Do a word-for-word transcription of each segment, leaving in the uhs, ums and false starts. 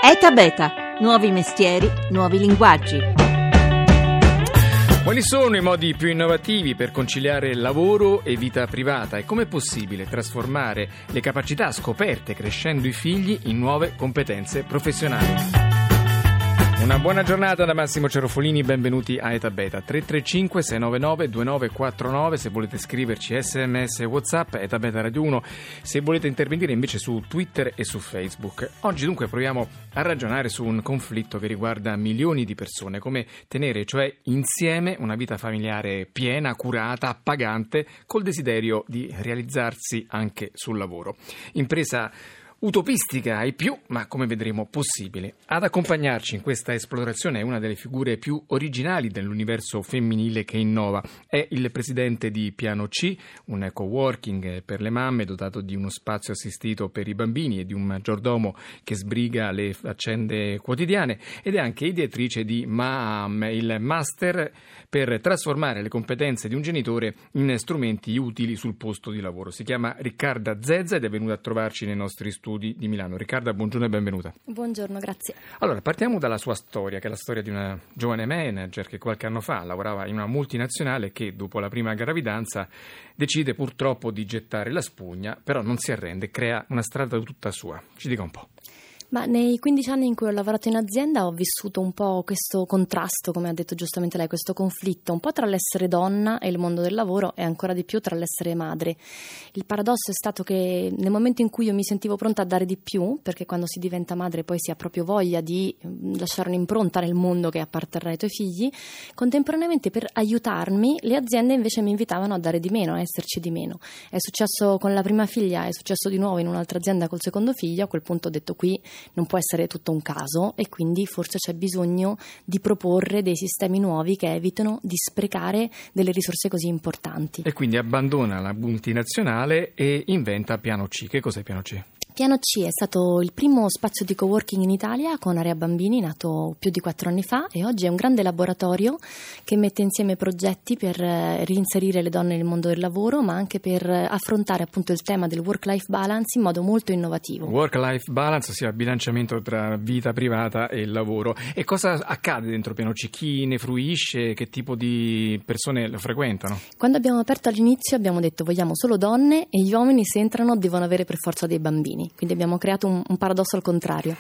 ETA Beta, nuovi mestieri, nuovi linguaggi. Quali sono i modi più innovativi per conciliare lavoro e vita privata e com'è possibile trasformare le capacità scoperte crescendo i figli in nuove competenze professionali? Una buona giornata da Massimo Cerofolini, benvenuti a ETA Beta. Tre tre cinque sei nove nove due nove quattro nove se volete scriverci sms e WhatsApp, ETA Beta Radio uno, se volete intervenire invece su Twitter e su Facebook. Oggi dunque proviamo a ragionare su un conflitto che riguarda milioni di persone, come tenere cioè insieme una vita familiare piena, curata, appagante, col desiderio di realizzarsi anche sul lavoro. Impresa utopistica ai più, ma come vedremo possibile. Ad accompagnarci in questa esplorazione è una delle figure più originali dell'universo femminile che innova. È il presidente di Piano C, un coworking per le mamme dotato di uno spazio assistito per i bambini e di un maggiordomo che sbriga le faccende quotidiane, ed è anche ideatrice di MAAM, il master per trasformare le competenze di un genitore in strumenti utili sul posto di lavoro. Si chiama Riccarda Zezza ed è venuta a trovarci nei nostri studi di Milano. Riccarda, buongiorno e benvenuta. Buongiorno, grazie. Allora, partiamo dalla sua storia, che è la storia di una giovane manager che qualche anno fa lavorava in una multinazionale che, dopo la prima gravidanza, decide purtroppo di gettare la spugna, però non si arrende, crea una strada tutta sua. Ci dica un po'. Ma nei quindici anni in cui ho lavorato in azienda ho vissuto un po' questo contrasto, come ha detto giustamente lei, questo conflitto, un po' tra l'essere donna e il mondo del lavoro e ancora di più tra l'essere madre. Il paradosso è stato che nel momento in cui io mi sentivo pronta a dare di più, perché quando si diventa madre poi si ha proprio voglia di lasciare un'impronta nel mondo che apparterrà ai tuoi figli, contemporaneamente per aiutarmi le aziende invece mi invitavano a dare di meno, a esserci di meno. È successo con la prima figlia, è successo di nuovo in un'altra azienda col secondo figlio. A quel punto ho detto: qui non può essere tutto un caso e quindi forse c'è bisogno di proporre dei sistemi nuovi che evitino di sprecare delle risorse così importanti. E quindi abbandona la multinazionale e inventa Piano C. Che cos'è Piano C? Piano C è stato il primo spazio di coworking in Italia con Area Bambini, nato più di quattro anni fa, e oggi è un grande laboratorio che mette insieme progetti per reinserire le donne nel mondo del lavoro, ma anche per affrontare appunto il tema del work-life balance in modo molto innovativo. Work-life balance, sia bilanciamento tra vita privata e lavoro. E cosa accade dentro Piano C? Chi ne fruisce? Che tipo di persone lo frequentano? Quando abbiamo aperto all'inizio abbiamo detto: vogliamo solo donne e gli uomini, se entrano, devono avere per forza dei bambini. Quindi abbiamo creato un, un paradosso al contrario.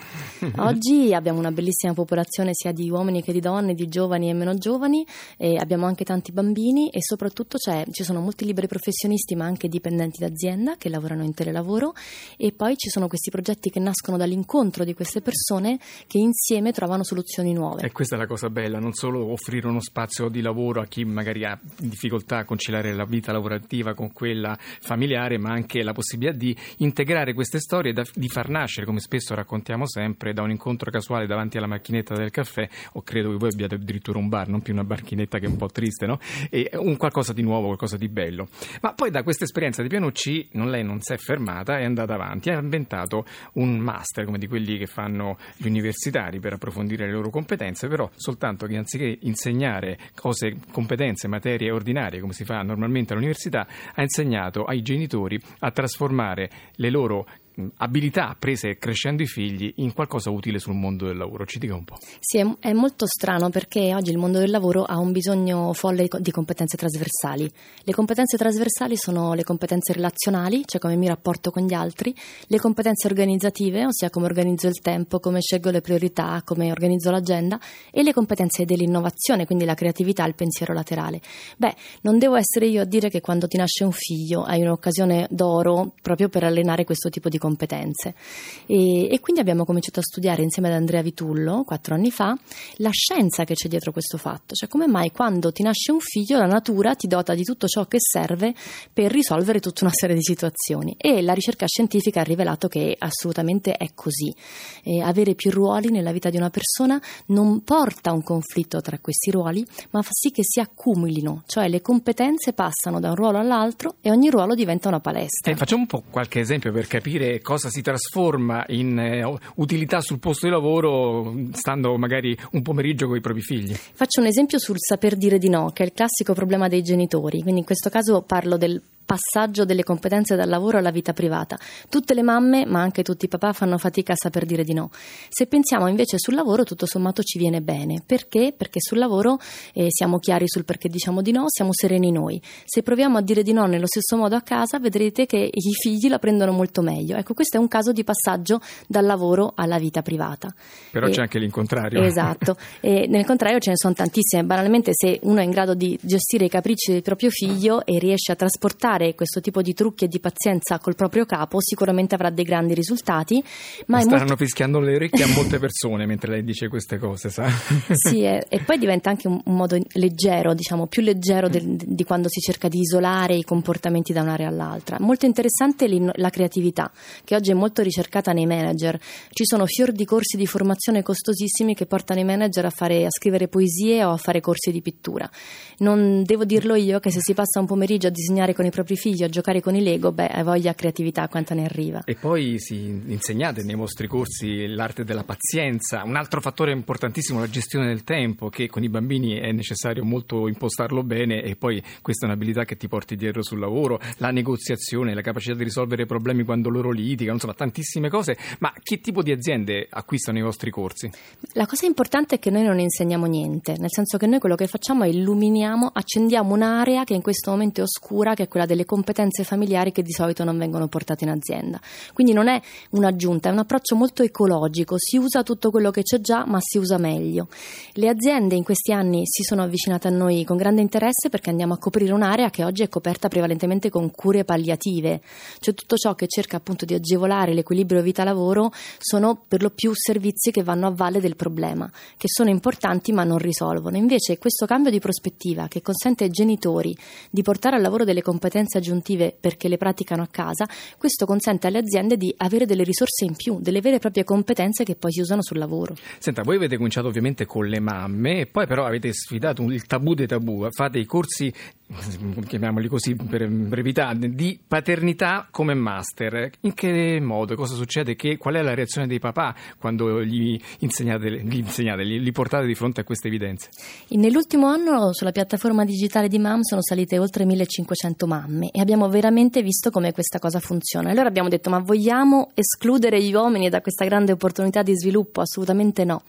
Oggi abbiamo una bellissima popolazione sia di uomini che di donne, di giovani e meno giovani, e abbiamo anche tanti bambini e soprattutto c'è, ci sono molti liberi professionisti ma anche dipendenti d'azienda che lavorano in telelavoro, e poi ci sono questi progetti che nascono dall'incontro di queste persone che insieme trovano soluzioni nuove. E questa è la cosa bella, non solo offrire uno spazio di lavoro a chi magari ha difficoltà a conciliare la vita lavorativa con quella familiare, ma anche la possibilità di integrare queste storie, Da, di far nascere, come spesso raccontiamo sempre, da un incontro casuale davanti alla macchinetta del caffè, o credo che voi abbiate addirittura un bar, non più una macchinetta che è un po' triste, no? E un qualcosa di nuovo, qualcosa di bello. Ma poi da questa esperienza di Piano C non, lei non si è fermata, è andata avanti, ha inventato un master come di quelli che fanno gli universitari per approfondire le loro competenze, però soltanto che anziché insegnare cose, competenze, materie ordinarie come si fa normalmente all'università, ha insegnato ai genitori a trasformare le loro abilità apprese crescendo i figli in qualcosa utile sul mondo del lavoro. Ci dica un po'. Sì, è, è molto strano perché oggi il mondo del lavoro ha un bisogno folle di competenze trasversali. Le competenze trasversali sono le competenze relazionali, cioè come mi rapporto con gli altri, le competenze organizzative, ossia come organizzo il tempo, come scelgo le priorità, come organizzo l'agenda, e le competenze dell'innovazione, quindi la creatività, il pensiero laterale. Beh, non devo essere io a dire che quando ti nasce un figlio hai un'occasione d'oro proprio per allenare questo tipo di competenze, e, e quindi abbiamo cominciato a studiare insieme ad Andrea Vitullo quattro anni fa la scienza che c'è dietro questo fatto, cioè come mai quando ti nasce un figlio la natura ti dota di tutto ciò che serve per risolvere tutta una serie di situazioni, e la ricerca scientifica ha rivelato che assolutamente è così. E avere più ruoli nella vita di una persona non porta a un conflitto tra questi ruoli, ma fa sì che si accumulino, cioè le competenze passano da un ruolo all'altro e ogni ruolo diventa una palestra. Eh, facciamo un po' qualche esempio per capire cosa si trasforma in eh, utilità sul posto di lavoro stando magari un pomeriggio con i propri figli. Faccio un esempio sul saper dire di no, che è il classico problema dei genitori. Quindi in questo caso parlo del passaggio delle competenze dal lavoro alla vita privata. Tutte le mamme, ma anche tutti i papà, fanno fatica a saper dire di no. Se pensiamo invece sul lavoro, tutto sommato ci viene bene. Perché? Perché sul lavoro eh, siamo chiari sul perché diciamo di no, siamo sereni noi. Se proviamo a dire di no nello stesso modo a casa, vedrete che i figli la prendono molto meglio. Ecco, questo è un caso di passaggio dal lavoro alla vita privata. Però e, c'è anche l'incontrario. Esatto. E nel contrario ce ne sono tantissime. Banalmente, se uno è in grado di gestire i capricci del proprio figlio e riesce a trasportare questo tipo di trucchi e di pazienza col proprio capo, sicuramente avrà dei grandi risultati. Ma Mi stanno molto... fischiando le orecchie a molte persone mentre lei dice queste cose, sa? Sì, e, e poi diventa anche un, un modo leggero, diciamo, più leggero del, di quando si cerca di isolare i comportamenti da un'area all'altra. Molto interessante la creatività, che oggi è molto ricercata nei manager. Ci sono fior di corsi di formazione costosissimi che portano i manager a fare, a scrivere poesie o a fare corsi di pittura. Non devo dirlo io che se si passa un pomeriggio a disegnare con i propri figli, a giocare con i Lego, beh, hai voglia creatività quanta ne arriva. E poi si insegnate nei vostri corsi l'arte della pazienza, un altro fattore importantissimo, la gestione del tempo, che con i bambini è necessario molto impostarlo bene, e poi questa è un'abilità che ti porti dietro sul lavoro, la negoziazione, la capacità di risolvere problemi quando loro litigano, insomma tantissime cose. Ma che tipo di aziende acquistano i vostri corsi? La cosa importante è che noi non insegniamo niente, nel senso che noi quello che facciamo è illuminiamo, accendiamo un'area che in questo momento è oscura, che è quella delle competenze familiari che di solito non vengono portate in azienda. Quindi non è un'aggiunta, è un approccio molto ecologico, si usa tutto quello che c'è già, ma si usa meglio. Le aziende in questi anni si sono avvicinate a noi con grande interesse perché andiamo a coprire un'area che oggi è coperta prevalentemente con cure palliative, cioè tutto ciò che cerca appunto di agevolare l'equilibrio vita-lavoro sono per lo più servizi che vanno a valle del problema, che sono importanti ma non risolvono. Invece questo cambio di prospettiva che consente ai genitori di portare al lavoro delle competenze aggiuntive perché le praticano a casa, questo consente alle aziende di avere delle risorse in più, delle vere e proprie competenze che poi si usano sul lavoro. Senta, voi avete cominciato ovviamente con le mamme e poi però avete sfidato il tabù dei tabù, fate i corsi, chiamiamoli così per brevità, di paternità come master. In che modo? Cosa succede? Che, qual è la reazione dei papà quando gli insegnate, gli, insegnate gli, li portate di fronte a queste evidenze? Nell'ultimo anno sulla piattaforma digitale di Mam sono salite oltre millecinquecento mamme e abbiamo veramente visto come questa cosa funziona. Allora abbiamo detto: ma vogliamo escludere gli uomini da questa grande opportunità di sviluppo? Assolutamente no.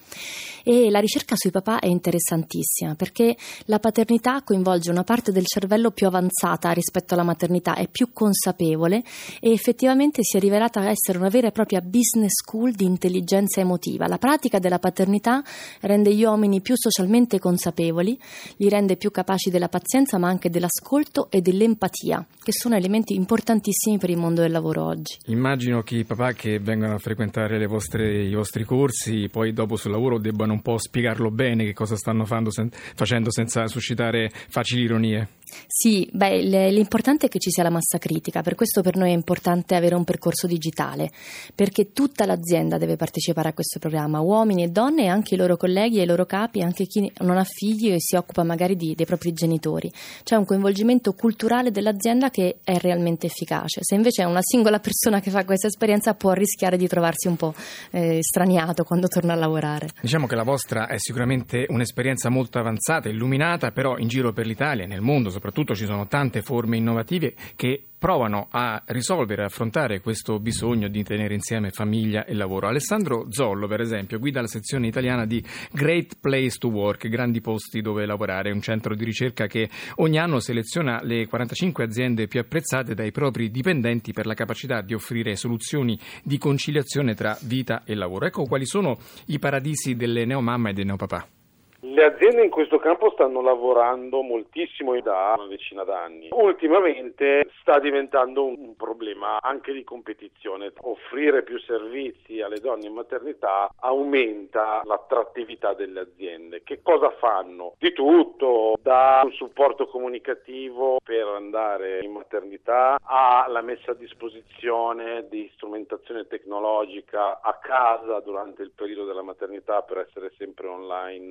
E la ricerca sui papà è interessantissima perché la paternità coinvolge una parte del cervello più avanzata rispetto alla maternità, è più consapevole e effettivamente si è rivelata essere una vera e propria business school di intelligenza emotiva. La pratica della paternità rende gli uomini più socialmente consapevoli, li rende più capaci della pazienza ma anche dell'ascolto e dell'empatia, che sono elementi importantissimi per il mondo del lavoro oggi. Immagino che i papà che vengono a frequentare le vostre, i vostri corsi poi dopo sul lavoro debbano un po' spiegarlo bene che cosa stanno facendo, sen- facendo senza suscitare facili ironie. Sì, beh, l'importante è che ci sia la massa critica, per questo per noi è importante avere un percorso digitale, perché tutta l'azienda deve partecipare a questo programma, uomini e donne e anche i loro colleghi e i loro capi, anche chi non ha figli e si occupa magari di, dei propri genitori. C'è un coinvolgimento culturale dell'azienda che è realmente efficace. Se invece è una singola persona che fa questa esperienza può rischiare di trovarsi un po' eh, straniato quando torna a lavorare. Diciamo che la vostra è sicuramente un'esperienza molto avanzata, illuminata, però in giro per l'Italia e nel mondo soprattutto ci sono tante forme innovative che provano a risolvere, a affrontare questo bisogno di tenere insieme famiglia e lavoro. Alessandro Zollo, per esempio, guida la sezione italiana di Great Place to Work, grandi posti dove lavorare, un centro di ricerca che ogni anno seleziona le quarantacinque aziende più apprezzate dai propri dipendenti per la capacità di offrire soluzioni di conciliazione tra vita e lavoro. Ecco quali sono i paradisi delle neomamma e dei neopapà. Le aziende in questo campo stanno lavorando moltissimo da una decina d'anni. Ultimamente sta diventando un problema anche di competizione. Offrire più servizi alle donne in maternità aumenta l'attrattività delle aziende. Che cosa fanno? Di tutto, da un supporto comunicativo per andare in maternità alla messa a disposizione di strumentazione tecnologica a casa durante il periodo della maternità per essere sempre online e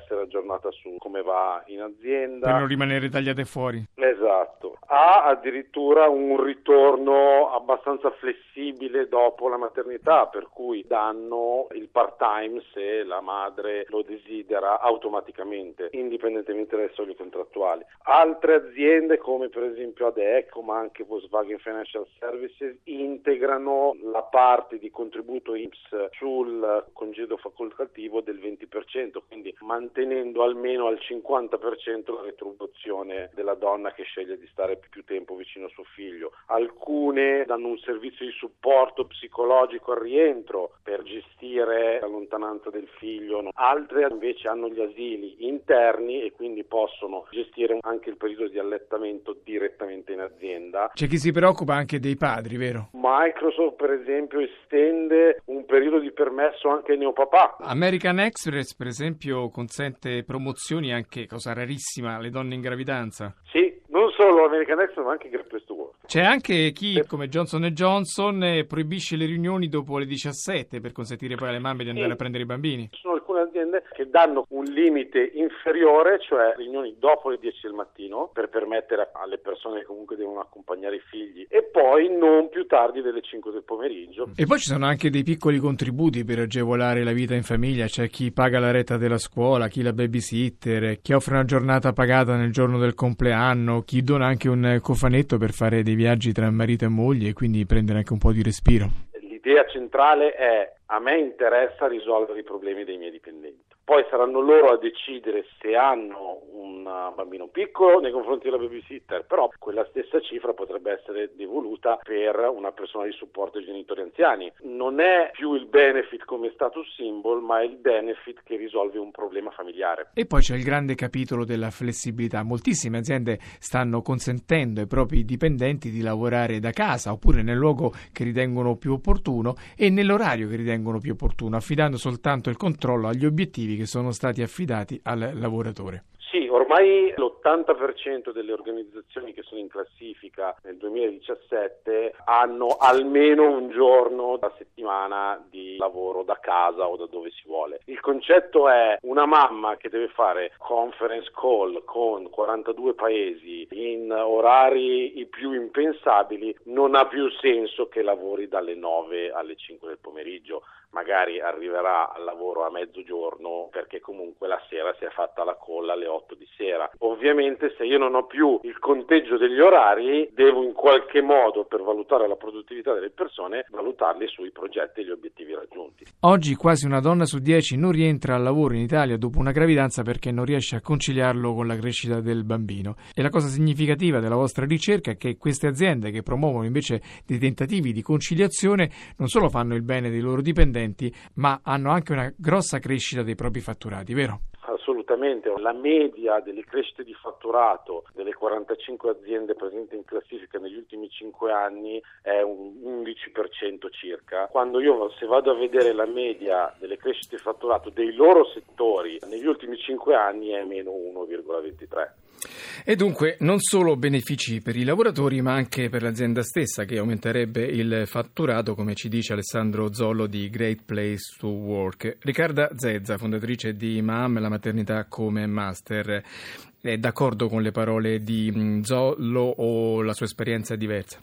essere aggiornata su come va in azienda. Per non rimanere tagliate fuori. Esatto. Ha addirittura un ritorno abbastanza flessibile dopo la maternità, per cui danno il part-time se la madre lo desidera automaticamente, indipendentemente dalle soglie contrattuali. Altre aziende come per esempio Adecco, ma anche Volkswagen Financial Services, integrano la parte di contributo I N P S sul congedo facoltativo del venti per cento, quindi mantenendo almeno al cinquanta per cento la retribuzione della donna che sceglie di stare più tempo vicino a suo figlio. Alcune danno un servizio di supporto psicologico al rientro per gestire la lontananza del figlio, altre invece hanno gli asili interni e quindi possono gestire anche il periodo di allettamento direttamente in azienda. C'è chi si preoccupa anche dei padri, vero? Microsoft per esempio estende un periodo di permesso anche ai neopapà. American Express per esempio consente promozioni anche, cosa rarissima, alle donne in gravidanza. Sì, non solo American Express ma anche Great to Work. C'è anche chi, come Johnson and Johnson, eh, proibisce le riunioni dopo le diciassette per consentire poi alle mamme di andare sì. a prendere i bambini. Ci sono alcune aziende che danno un limite inferiore, cioè riunioni dopo le dieci del mattino, per permettere alle persone che comunque devono accompagnare i figli, e poi non più tardi delle cinque del pomeriggio. E poi ci sono anche dei piccoli contributi per agevolare la vita in famiglia, c'è chi paga la retta della scuola, chi la babysitter, chi offre una giornata pagata nel giorno del compleanno, chi dona anche un cofanetto per fare dei viaggi tra marito e moglie e quindi prendere anche un po' di respiro. L'idea centrale è: a me interessa risolvere i problemi dei miei dipendenti. Poi saranno loro a decidere se hanno un bambino piccolo nei confronti della babysitter, però quella stessa cifra potrebbe essere devoluta per una persona di supporto ai genitori anziani. Non è più il benefit come status symbol, ma è il benefit che risolve un problema familiare. E poi c'è il grande capitolo della flessibilità. Moltissime aziende stanno consentendo ai propri dipendenti di lavorare da casa oppure nel luogo che ritengono più opportuno e nell'orario che ritengono più opportuno, affidando soltanto il controllo agli obiettivi che sono stati affidati al lavoratore. Sì, ormai l'ottanta per cento delle organizzazioni che sono in classifica nel duemiladiciassette hanno almeno un giorno a settimana di lavoro da casa o da dove si vuole. Il concetto è: una mamma che deve fare conference call con quarantadue paesi in orari i più impensabili non ha più senso che lavori dalle nove alle cinque del pomeriggio. Magari arriverà al lavoro a mezzogiorno perché comunque la sera si è fatta la call alle otto di sera. Ovviamente se io non ho più il conteggio degli orari, devo in qualche modo, per valutare la produttività delle persone, valutarli sui progetti e gli obiettivi raggiunti. Oggi quasi una donna su dieci non rientra al lavoro in Italia dopo una gravidanza perché non riesce a conciliarlo con la crescita del bambino. E la cosa significativa della vostra ricerca è che queste aziende che promuovono invece dei tentativi di conciliazione non solo fanno il bene dei loro dipendenti, ma hanno anche una grossa crescita dei propri fatturati, vero? Assolutamente, la media delle crescite di fatturato delle quarantacinque aziende presenti in classifica negli ultimi cinque anni è un undici per cento circa. Quando io, se vado a vedere la media delle crescite di fatturato dei loro settori negli ultimi cinque anni è meno uno virgola ventitré. E dunque non solo benefici per i lavoratori ma anche per l'azienda stessa, che aumenterebbe il fatturato, come ci dice Alessandro Zollo di Great Place to Work. Riccarda Zezza, fondatrice di Mam, la maternità come master, è d'accordo con le parole di Zollo o la sua esperienza è diversa?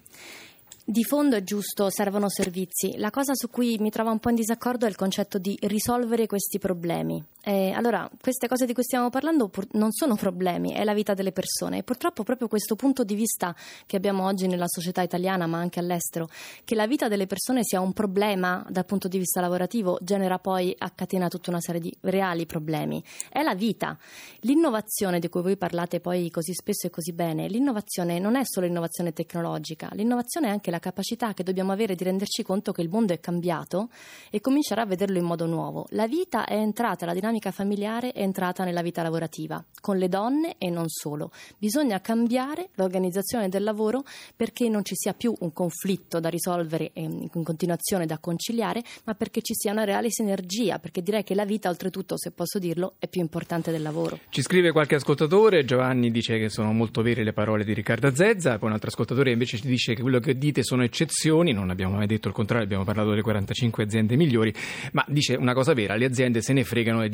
Di fondo è giusto, servono servizi. La cosa su cui mi trovo un po' in disaccordo è il concetto di risolvere questi problemi. Eh, allora, queste cose di cui stiamo parlando pur- non sono problemi, è la vita delle persone. E purtroppo proprio questo punto di vista che abbiamo oggi nella società italiana, ma anche all'estero, che la vita delle persone sia un problema dal punto di vista lavorativo, genera poi a catena tutta una serie di reali problemi. È la vita. L'innovazione di cui voi parlate poi così spesso e così bene, l'innovazione non è solo innovazione tecnologica, l'innovazione è anche la capacità che dobbiamo avere di renderci conto che il mondo è cambiato e cominciare a vederlo in modo nuovo. La vita è entrata, la dinamica familiare è entrata nella vita lavorativa, con le donne e non solo. Bisogna cambiare l'organizzazione del lavoro perché non ci sia più un conflitto da risolvere e in continuazione da conciliare, ma perché ci sia una reale sinergia, perché direi che la vita, oltretutto, se posso dirlo, è più importante del lavoro. Ci scrive qualche ascoltatore, Giovanni dice che sono molto vere le parole di Riccarda Zezza, poi un altro ascoltatore invece ci dice che quello che dite sono eccezioni, non abbiamo mai detto il contrario, abbiamo parlato delle quarantacinque aziende migliori, ma dice una cosa vera: le aziende se ne fregano e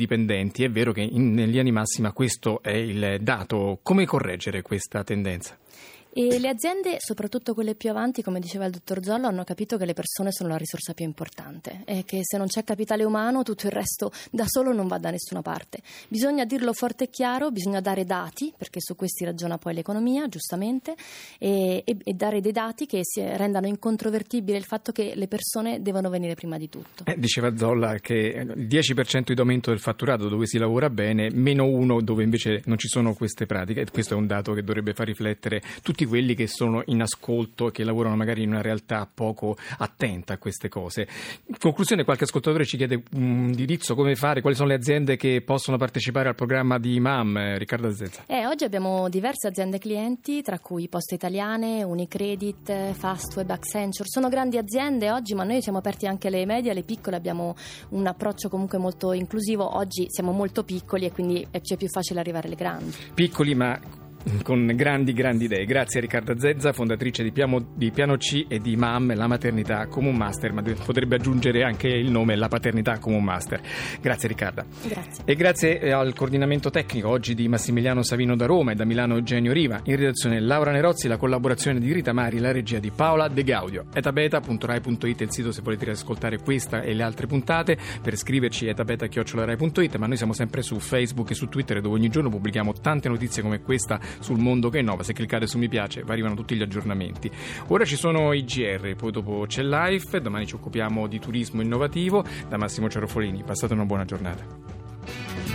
dipendenti. È vero che in linea di massima questo è il dato. Come correggere questa tendenza? E le aziende, soprattutto quelle più avanti, come diceva il dottor Zollo, hanno capito che le persone sono la risorsa più importante e che se non c'è capitale umano tutto il resto da solo non va da nessuna parte. Bisogna dirlo forte e chiaro, bisogna dare dati, perché su questi ragiona poi l'economia, giustamente, e, e, e dare dei dati che si rendano incontrovertibile il fatto che le persone devono venire prima di tutto. Eh, diceva Zolla che il dieci per cento di aumento del fatturato dove si lavora bene, meno uno dove invece non ci sono queste pratiche, e questo è un dato che dovrebbe far riflettere tutti quelli che sono in ascolto e che lavorano magari in una realtà poco attenta a queste cose. In conclusione, qualche ascoltatore ci chiede un indirizzo, come fare, quali sono le aziende che possono partecipare al programma di I M A M. Riccardo Zezza. Eh, oggi abbiamo diverse aziende clienti, tra cui Poste Italiane, Unicredit, Fastweb, Accenture. Sono grandi aziende oggi, ma noi siamo aperti anche alle medie, alle piccole, abbiamo un approccio comunque molto inclusivo. Oggi siamo molto piccoli e quindi c'è più facile arrivare alle grandi. Piccoli ma con grandi grandi idee. Grazie a Riccarda Zezza, fondatrice di Piano, di Piano C e di I M A M, la maternità come un master, ma potrebbe aggiungere anche il nome la paternità come un master. Grazie Riccarda. Grazie. E grazie al coordinamento tecnico oggi di Massimiliano Savino da Roma e da Milano Eugenio Riva, in redazione Laura Nerozzi, la collaborazione di Rita Mari, la regia di Paola De Gaudio. etabeta punto rai punto it è il sito se volete ascoltare questa e le altre puntate. Per scriverci etabeta chiocciola rai punto it, ma noi siamo sempre su Facebook e su Twitter, dove ogni giorno pubblichiamo tante notizie come questa sul mondo che innova. Se cliccate su mi piace vi arrivano tutti gli aggiornamenti. Ora ci sono i G R, poi dopo c'è Life, domani ci occupiamo di turismo innovativo. Da Massimo Cerofolini, passate una buona giornata.